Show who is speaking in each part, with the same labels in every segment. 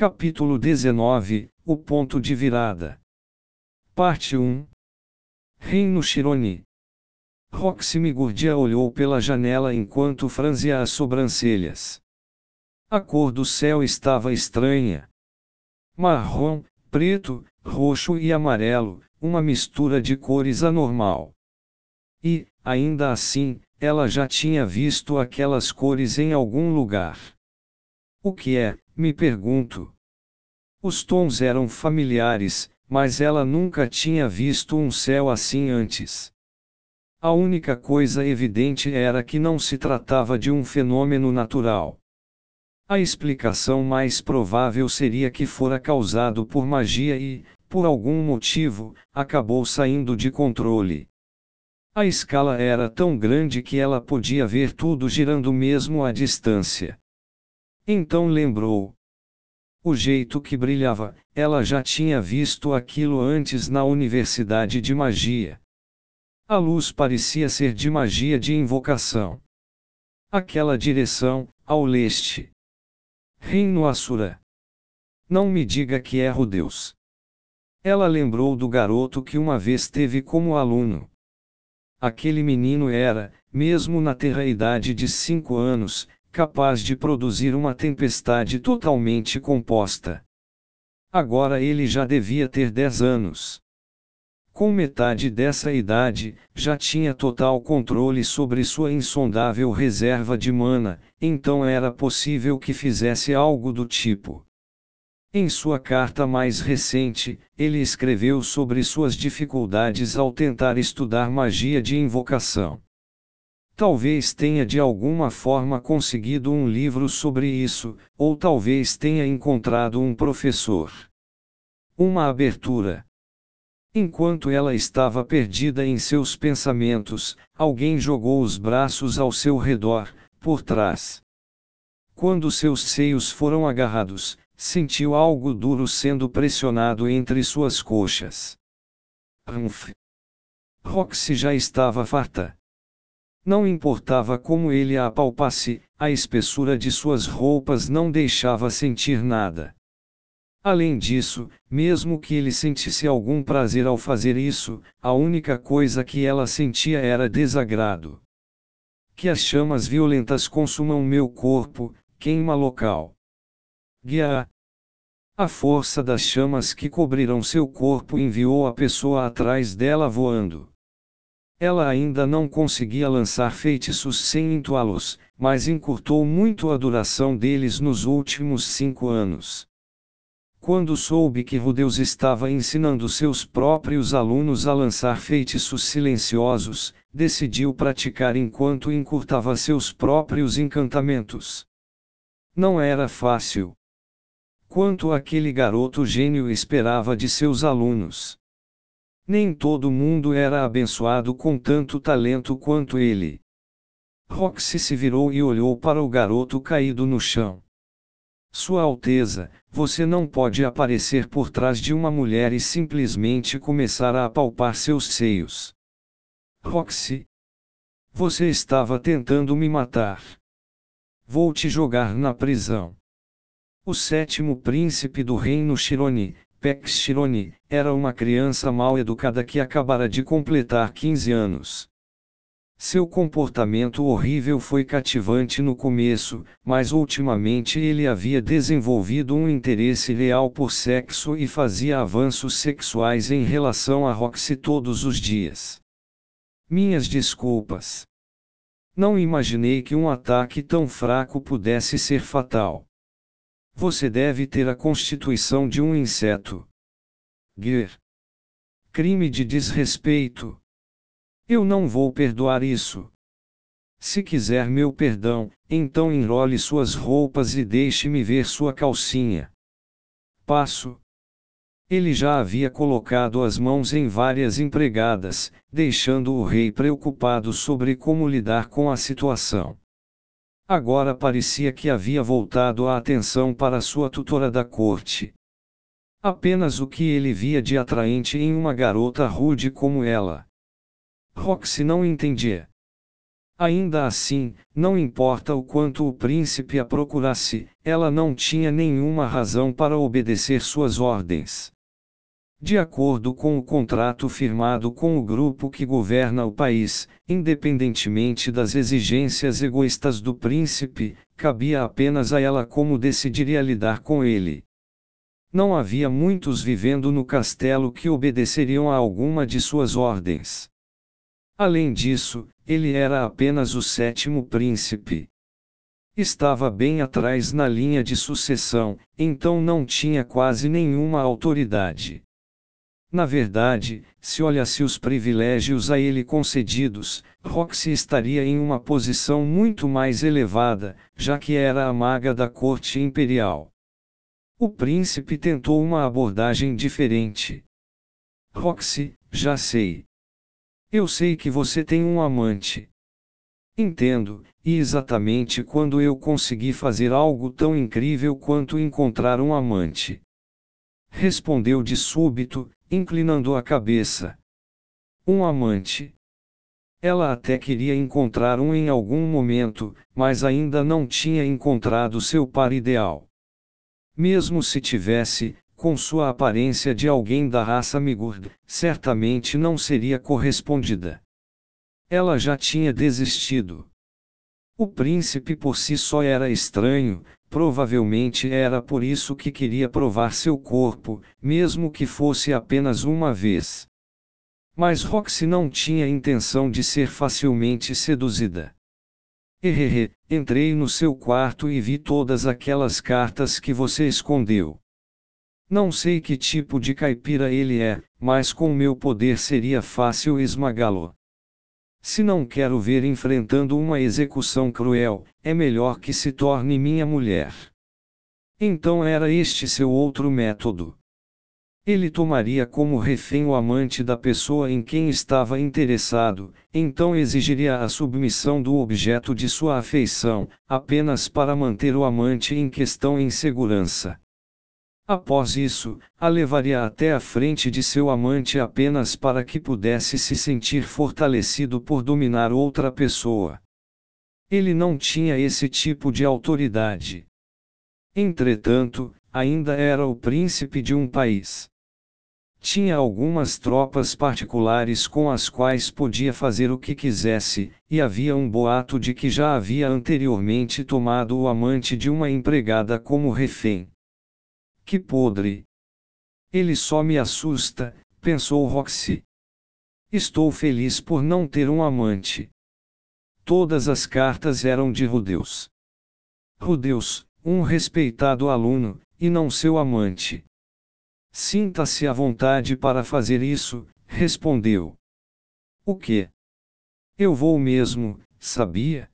Speaker 1: Capítulo 19, O ponto de virada. Parte 1. Reino Shironi. Roxy Migurdia olhou pela janela enquanto franzia as sobrancelhas. A cor do céu estava estranha. Marrom, preto, roxo e amarelo, uma mistura de cores anormal. E, ainda assim, ela já tinha visto aquelas cores em algum lugar. O que é, me pergunto? Os tons eram familiares, mas ela nunca tinha visto um céu assim antes. A única coisa evidente era que não se tratava de um fenômeno natural. A explicação mais provável seria que fora causado por magia e, por algum motivo, acabou saindo de controle. A escala era tão grande que ela podia ver tudo girando mesmo à distância. Então lembrou. O jeito que brilhava, ela já tinha visto aquilo antes na Universidade de Magia. A luz parecia ser de magia de invocação. Aquela direção, ao leste. Reino Asura. Não me diga que erro Deus. Ela lembrou do garoto que uma vez teve como aluno. Aquele menino era, mesmo na tenra idade de 5 anos, capaz de produzir uma tempestade totalmente composta. Agora ele já devia ter 10 anos. Com metade dessa idade, já tinha total controle sobre sua insondável reserva de mana, então era possível que fizesse algo do tipo. Em sua carta mais recente, ele escreveu sobre suas dificuldades ao tentar estudar magia de invocação. Talvez tenha de alguma forma conseguido um livro sobre isso, ou talvez tenha encontrado um professor. Uma abertura. Enquanto ela estava perdida em seus pensamentos, alguém jogou os braços ao seu redor, por trás. Quando seus seios foram agarrados, sentiu algo duro sendo pressionado entre suas coxas. Roxy já estava farta. Não importava como ele a apalpasse, a espessura de suas roupas não deixava sentir nada. Além disso, mesmo que ele sentisse algum prazer ao fazer isso, a única coisa que ela sentia era desagrado. Que as chamas violentas consumam meu corpo, queima local. Guia. A força das chamas que cobriram seu corpo enviou a pessoa atrás dela voando. Ela ainda não conseguia lançar feitiços sem entoá-los, mas encurtou muito a duração deles nos últimos 5 anos. Quando soube que Rudeus estava ensinando seus próprios alunos a lançar feitiços silenciosos, decidiu praticar enquanto encurtava seus próprios encantamentos. Não era fácil. Quanto aquele garoto gênio esperava de seus alunos. Nem todo mundo era abençoado com tanto talento quanto ele. Roxy se virou e olhou para o garoto caído no chão. Sua Alteza, você não pode aparecer por trás de uma mulher e simplesmente começar a apalpar seus seios. Roxy. Você estava tentando me matar. Vou te jogar na prisão. O 7º príncipe do reino Shironi, Pex Shironi, era uma criança mal educada que acabara de completar 15 anos. Seu comportamento horrível foi cativante no começo, mas ultimamente ele havia desenvolvido um interesse real por sexo e fazia avanços sexuais em relação a Roxy todos os dias. Minhas desculpas. Não imaginei que um ataque tão fraco pudesse ser fatal. Você deve ter a constituição de um inseto. Gear. Crime de desrespeito. Eu não vou perdoar isso. Se quiser meu perdão, então enrole suas roupas e deixe-me ver sua calcinha. Passo. Ele já havia colocado as mãos em várias empregadas, deixando o rei preocupado sobre como lidar com a situação. Agora parecia que havia voltado a atenção para sua tutora da corte. Apenas o que ele via de atraente em uma garota rude como ela. Roxy não entendia. Ainda assim, não importa o quanto o príncipe a procurasse, ela não tinha nenhuma razão para obedecer suas ordens. De acordo com o contrato firmado com o grupo que governa o país, independentemente das exigências egoístas do príncipe, cabia apenas a ela como decidiria lidar com ele. Não havia muitos vivendo no castelo que obedeceriam a alguma de suas ordens. Além disso, ele era apenas o 7º príncipe. Estava bem atrás na linha de sucessão, então não tinha quase nenhuma autoridade. Na verdade, se olhasse os privilégios a ele concedidos, Roxy estaria em uma posição muito mais elevada, já que era a maga da corte imperial. O príncipe tentou uma abordagem diferente. Roxy, já sei. Eu sei que você tem um amante. Entendo, e exatamente quando eu consegui fazer algo tão incrível quanto encontrar um amante. Respondeu de súbito, inclinando a cabeça. Um amante. Ela até queria encontrar um em algum momento, mas ainda não tinha encontrado seu par ideal. Mesmo se tivesse, com sua aparência de alguém da raça Migurd, certamente não seria correspondida. Ela já tinha desistido. O príncipe por si só era estranho, provavelmente era por isso que queria provar seu corpo, mesmo que fosse apenas uma vez. Mas Roxy não tinha intenção de ser facilmente seduzida. Entrei no seu quarto e vi todas aquelas cartas que você escondeu. Não sei que tipo de caipira ele é, mas com meu poder seria fácil esmagá-lo. Se não quero ver enfrentando uma execução cruel, é melhor que se torne minha mulher. Então era este seu outro método. Ele tomaria como refém o amante da pessoa em quem estava interessado, então exigiria a submissão do objeto de sua afeição, apenas para manter o amante em questão em segurança. Após isso, a levaria até a frente de seu amante apenas para que pudesse se sentir fortalecido por dominar outra pessoa. Ele não tinha esse tipo de autoridade. Entretanto, ainda era o príncipe de um país. Tinha algumas tropas particulares com as quais podia fazer o que quisesse, e havia um boato de que já havia anteriormente tomado o amante de uma empregada como refém. Que podre! Ele só me assusta, pensou Roxy. Estou feliz por não ter um amante. Todas as cartas eram de Rudeus. Rudeus, um respeitado aluno, e não seu amante. Sinta-se à vontade para fazer isso, respondeu. O quê? Eu vou mesmo, sabia?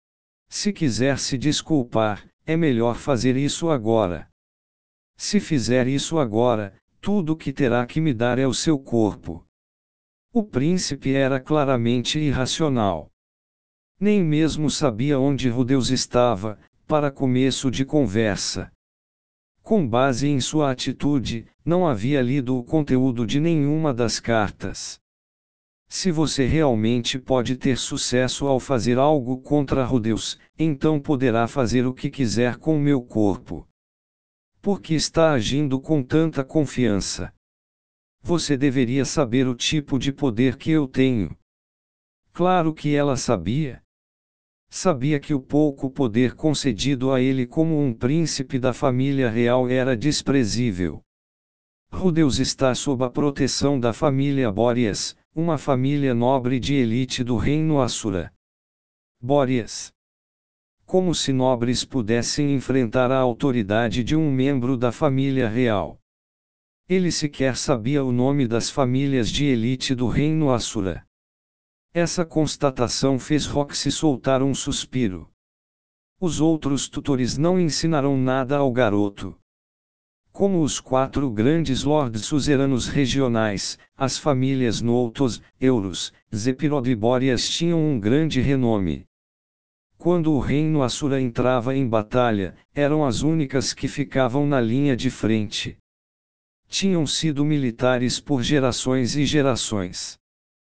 Speaker 1: Se quiser se desculpar, é melhor fazer isso agora. Se fizer isso agora, tudo que terá que me dar é o seu corpo. O príncipe era claramente irracional. Nem mesmo sabia onde Rudeus estava, para começo de conversa. Com base em sua atitude, não havia lido o conteúdo de nenhuma das cartas. Se você realmente pode ter sucesso ao fazer algo contra Rudeus, então poderá fazer o que quiser com meu corpo. Por que está agindo com tanta confiança? Você deveria saber o tipo de poder que eu tenho. Claro que ela sabia. Sabia que o pouco poder concedido a ele como um príncipe da família real era desprezível. Rudeus está sob a proteção da família Bóreas, uma família nobre de elite do reino Assura. Bóreas. Como se nobres pudessem enfrentar a autoridade de um membro da família real. Ele sequer sabia o nome das famílias de elite do reino Assura. Essa constatação fez Roxy soltar um suspiro. Os outros tutores não ensinaram nada ao garoto. Como os 4 grandes lords suzeranos regionais, as famílias Noutos, Euros, Zepirod e Bóreas tinham um grande renome. Quando o reino Assura entrava em batalha, eram as únicas que ficavam na linha de frente. Tinham sido militares por gerações e gerações.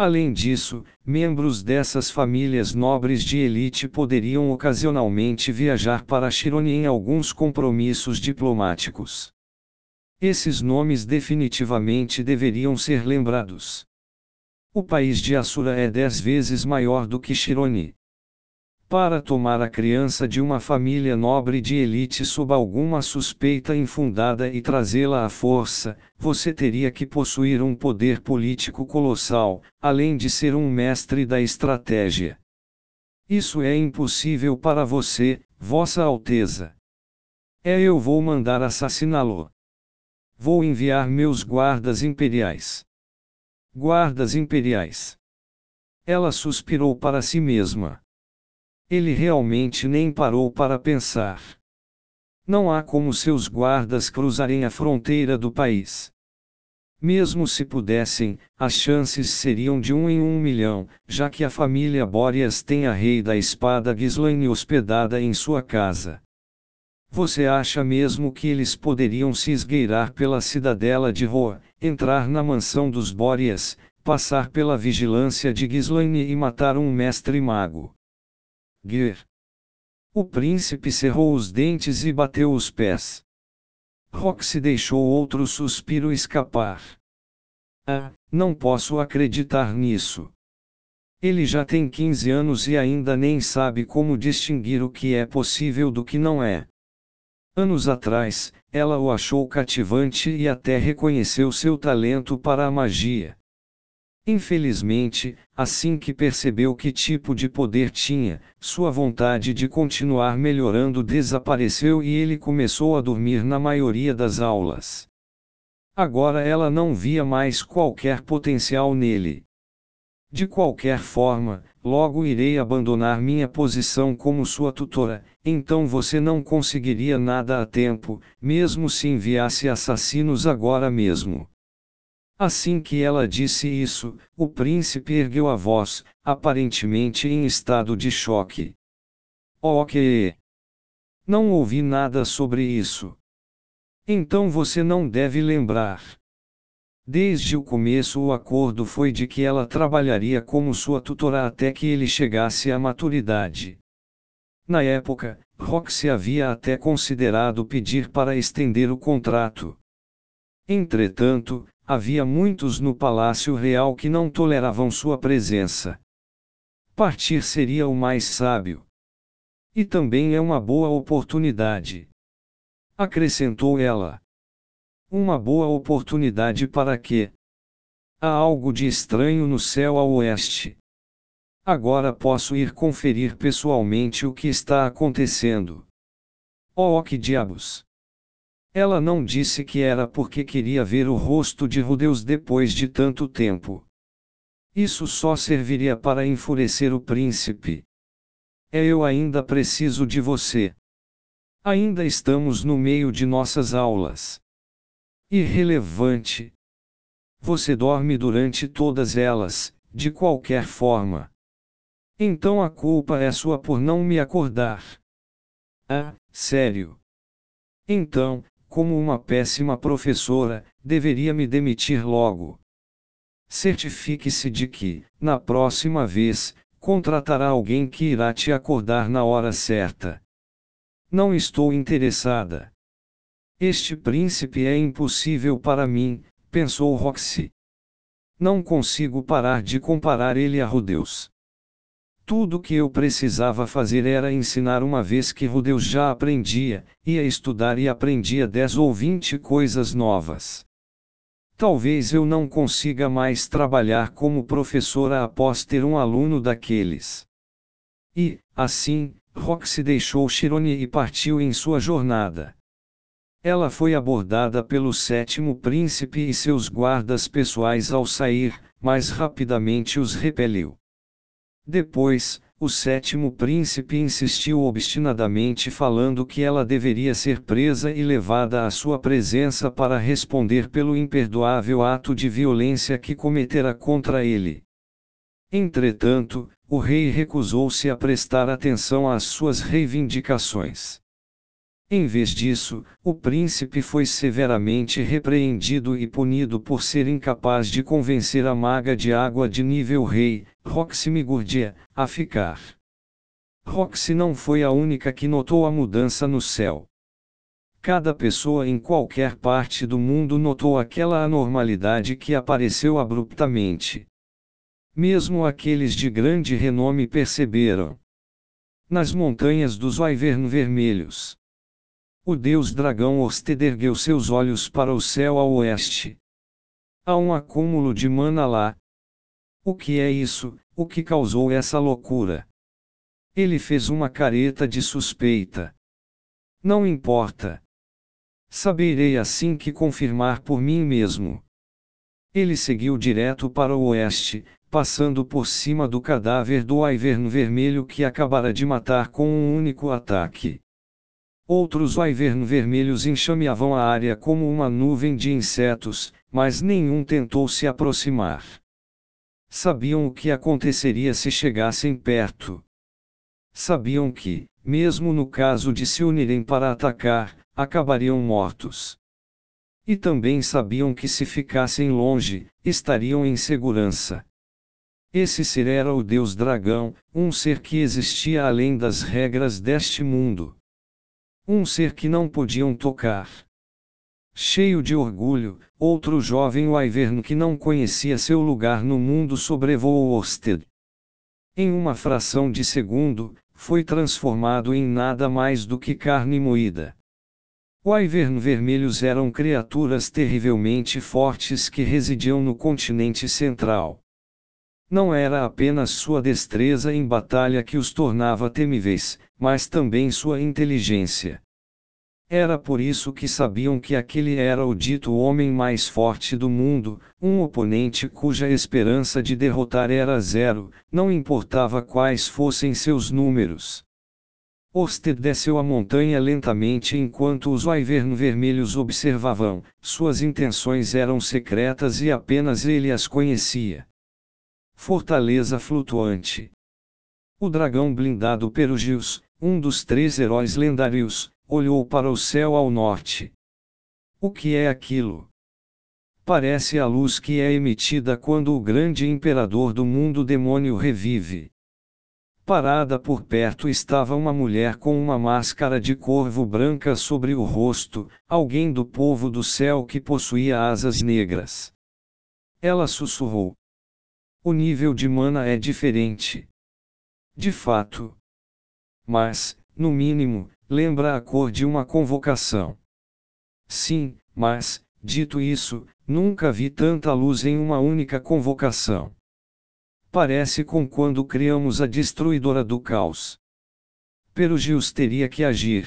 Speaker 1: Além disso, membros dessas famílias nobres de elite poderiam ocasionalmente viajar para Chironi em alguns compromissos diplomáticos. Esses nomes definitivamente deveriam ser lembrados. O país de Assura é 10 vezes maior do que Chironi. Para tomar a criança de uma família nobre de elite sob alguma suspeita infundada e trazê-la à força, você teria que possuir um poder político colossal, além de ser um mestre da estratégia. Isso é impossível para você, Vossa Alteza. Eu vou mandar assassiná-lo. Vou enviar meus guardas imperiais. Guardas imperiais. Ela suspirou para si mesma. Ele realmente nem parou para pensar. Não há como seus guardas cruzarem a fronteira do país. Mesmo se pudessem, as chances seriam de 1 em 1 milhão, já que a família Boreas tem a Rei da Espada Ghislaine hospedada em sua casa. Você acha mesmo que eles poderiam se esgueirar pela cidadela de Roa, entrar na mansão dos Boreas, passar pela vigilância de Ghislaine e matar um mestre mago? Gyr. O príncipe cerrou os dentes e bateu os pés. Roxy deixou outro suspiro escapar. Não posso acreditar nisso. Ele já tem 15 anos e ainda nem sabe como distinguir o que é possível do que não é. Anos atrás, ela o achou cativante e até reconheceu seu talento para a magia. Infelizmente, assim que percebeu que tipo de poder tinha, sua vontade de continuar melhorando desapareceu e ele começou a dormir na maioria das aulas. Agora ela não via mais qualquer potencial nele. De qualquer forma, logo irei abandonar minha posição como sua tutora, então você não conseguiria nada a tempo, mesmo se enviasse assassinos agora mesmo. Assim que ela disse isso, o príncipe ergueu a voz, aparentemente em estado de choque. Ok. Não ouvi nada sobre isso. Então você não deve lembrar. Desde o começo o acordo foi de que ela trabalharia como sua tutora até que ele chegasse à maturidade. Na época, Roxy havia até considerado pedir para estender o contrato. Entretanto, havia muitos no Palácio Real que não toleravam sua presença. Partir seria o mais sábio. E também é uma boa oportunidade. Acrescentou ela. Uma boa oportunidade para quê? Há algo de estranho no céu a oeste. Agora posso ir conferir pessoalmente o que está acontecendo. Oh, que diabos! Ela não disse que era porque queria ver o rosto de Rudeus depois de tanto tempo. Isso só serviria para enfurecer o príncipe. Eu ainda preciso de você. Ainda estamos no meio de nossas aulas. Irrelevante. Você dorme durante todas elas, de qualquer forma. Então a culpa é sua por não me acordar. Sério. Então, como uma péssima professora, deveria me demitir logo. Certifique-se de que, na próxima vez, contratará alguém que irá te acordar na hora certa. Não estou interessada. Este príncipe é impossível para mim, pensou Roxy. Não consigo parar de comparar ele a Rudeus. Tudo que eu precisava fazer era ensinar uma vez que Rudeus já aprendia, ia estudar e aprendia 10 ou 20 coisas novas. Talvez eu não consiga mais trabalhar como professora após ter um aluno daqueles. E, assim, Roxy deixou Chironi e partiu em sua jornada. Ela foi abordada pelo 7º príncipe e seus guardas pessoais ao sair, mas rapidamente os repeliu. Depois, o 7º príncipe insistiu obstinadamente falando que ela deveria ser presa e levada à sua presença para responder pelo imperdoável ato de violência que cometera contra ele. Entretanto, o rei recusou-se a prestar atenção às suas reivindicações. Em vez disso, o príncipe foi severamente repreendido e punido por ser incapaz de convencer a maga de água de nível rei, Roxmigurdia, a ficar. Roxy não foi a única que notou a mudança no céu. Cada pessoa em qualquer parte do mundo notou aquela anormalidade que apareceu abruptamente. Mesmo aqueles de grande renome perceberam. Nas montanhas dos Wyvern Vermelhos, o deus dragão Orsted ergueu seus olhos para o céu a oeste. Há um acúmulo de mana lá. O que é isso? O que causou essa loucura? Ele fez uma careta de suspeita. Não importa. Saberei assim que confirmar por mim mesmo. Ele seguiu direto para o oeste, passando por cima do cadáver do Wyvern Vermelho que acabara de matar com um único ataque. Outros Wyvern Vermelhos enxameavam a área como uma nuvem de insetos, mas nenhum tentou se aproximar. Sabiam o que aconteceria se chegassem perto. Sabiam que, mesmo no caso de se unirem para atacar, acabariam mortos. E também sabiam que se ficassem longe, estariam em segurança. Esse ser era o Deus Dragão, um ser que existia além das regras deste mundo. Um ser que não podiam tocar. Cheio de orgulho, outro jovem Wyvern que não conhecia seu lugar no mundo sobrevoou Orsted. Em uma fração de segundo, foi transformado em nada mais do que carne moída. Wyvern Vermelhos eram criaturas terrivelmente fortes que residiam no continente central. Não era apenas sua destreza em batalha que os tornava temíveis, mas também sua inteligência. Era por isso que sabiam que aquele era o dito homem mais forte do mundo, um oponente cuja esperança de derrotar era zero, não importava quais fossem seus números. Orsted desceu a montanha lentamente enquanto os Wyvern Vermelhos observavam, suas intenções eram secretas e apenas ele as conhecia. Fortaleza flutuante. O dragão blindado Perugius, um dos 3 heróis lendários, olhou para o céu ao norte. O que é aquilo? Parece a luz que é emitida quando o grande imperador do mundo demônio revive. Parada por perto estava uma mulher com uma máscara de corvo branca sobre o rosto, alguém do povo do céu que possuía asas negras. Ela sussurrou. O nível de mana é diferente. De fato. Mas, no mínimo, lembra a cor de uma convocação. Sim, mas, dito isso, nunca vi tanta luz em uma única convocação. Parece com quando criamos a Destruidora do Caos. Perugius teria que agir.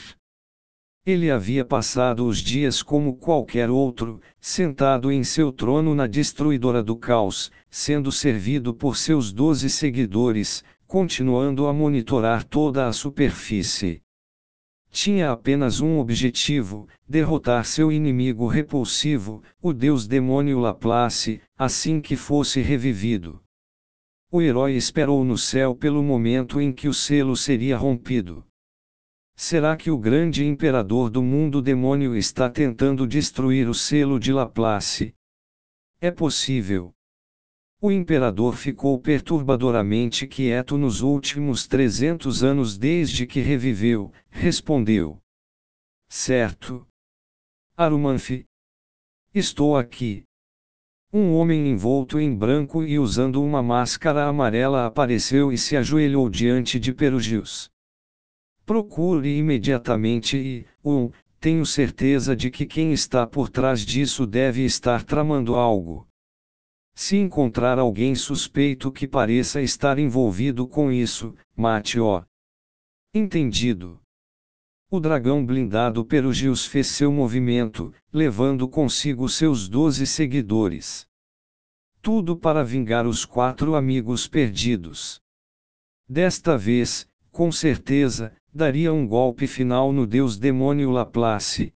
Speaker 1: Ele havia passado os dias como qualquer outro, sentado em seu trono na Destruidora do Caos, sendo servido por seus 12 seguidores, continuando a monitorar toda a superfície. Tinha apenas um objetivo: derrotar seu inimigo repulsivo, o deus demônio Laplace, assim que fosse revivido. O herói esperou no céu pelo momento em que o selo seria rompido. Será que o grande imperador do mundo demônio está tentando destruir o selo de Laplace? É possível. O imperador ficou perturbadoramente quieto nos últimos 300 anos desde que reviveu, respondeu. Certo. Arumanfi. Estou aqui. Um homem envolto em branco e usando uma máscara amarela apareceu e se ajoelhou diante de Perugius. Procure imediatamente e, tenho certeza de que quem está por trás disso deve estar tramando algo. Se encontrar alguém suspeito que pareça estar envolvido com isso, mate-o. Entendido. O dragão blindado Perugius fez seu movimento, levando consigo seus 12 seguidores. Tudo para vingar os 4 amigos perdidos. Desta vez, com certeza, daria um golpe final no deus demônio Laplace.